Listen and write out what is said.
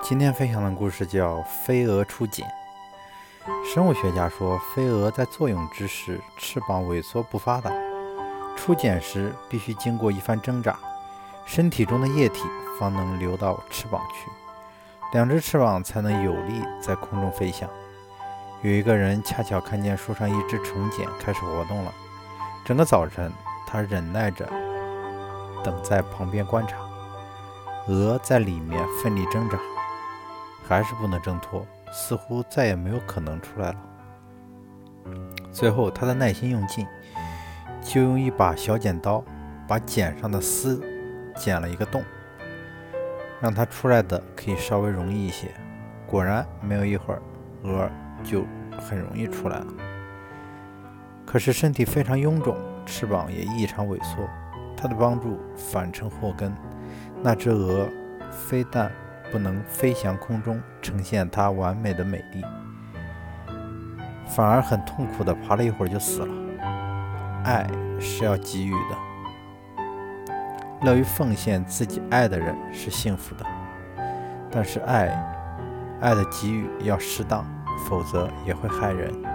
今天分享的故事叫《飞蛾出茧》。生物学家说，飞蛾在作蛹之时，翅膀萎缩不发达，出茧时必须经过一番挣扎，身体中的液体方能流到翅膀去，两只翅膀才能有力在空中飞翔。有一个人恰巧看见树上一只虫茧开始活动了，整个早晨他忍耐着等在旁边观察，蛾在里面奋力挣扎，还是不能挣脱，似乎再也没有可能出来了。最后他的耐心用尽，就用一把小剪刀把茧上的丝剪了一个洞，让它出来的可以稍微容易一些。果然没有一会儿，蛾就很容易出来了。可是身体非常臃肿，翅膀也异常萎缩，它的帮助反成祸根。那只蛾非但不能飞翔空中呈现它完美的美丽，反而很痛苦地爬了一会儿就死了。爱是要给予的，乐于奉献自己爱的人是幸福的，但是爱的给予要适当，否则也会害人。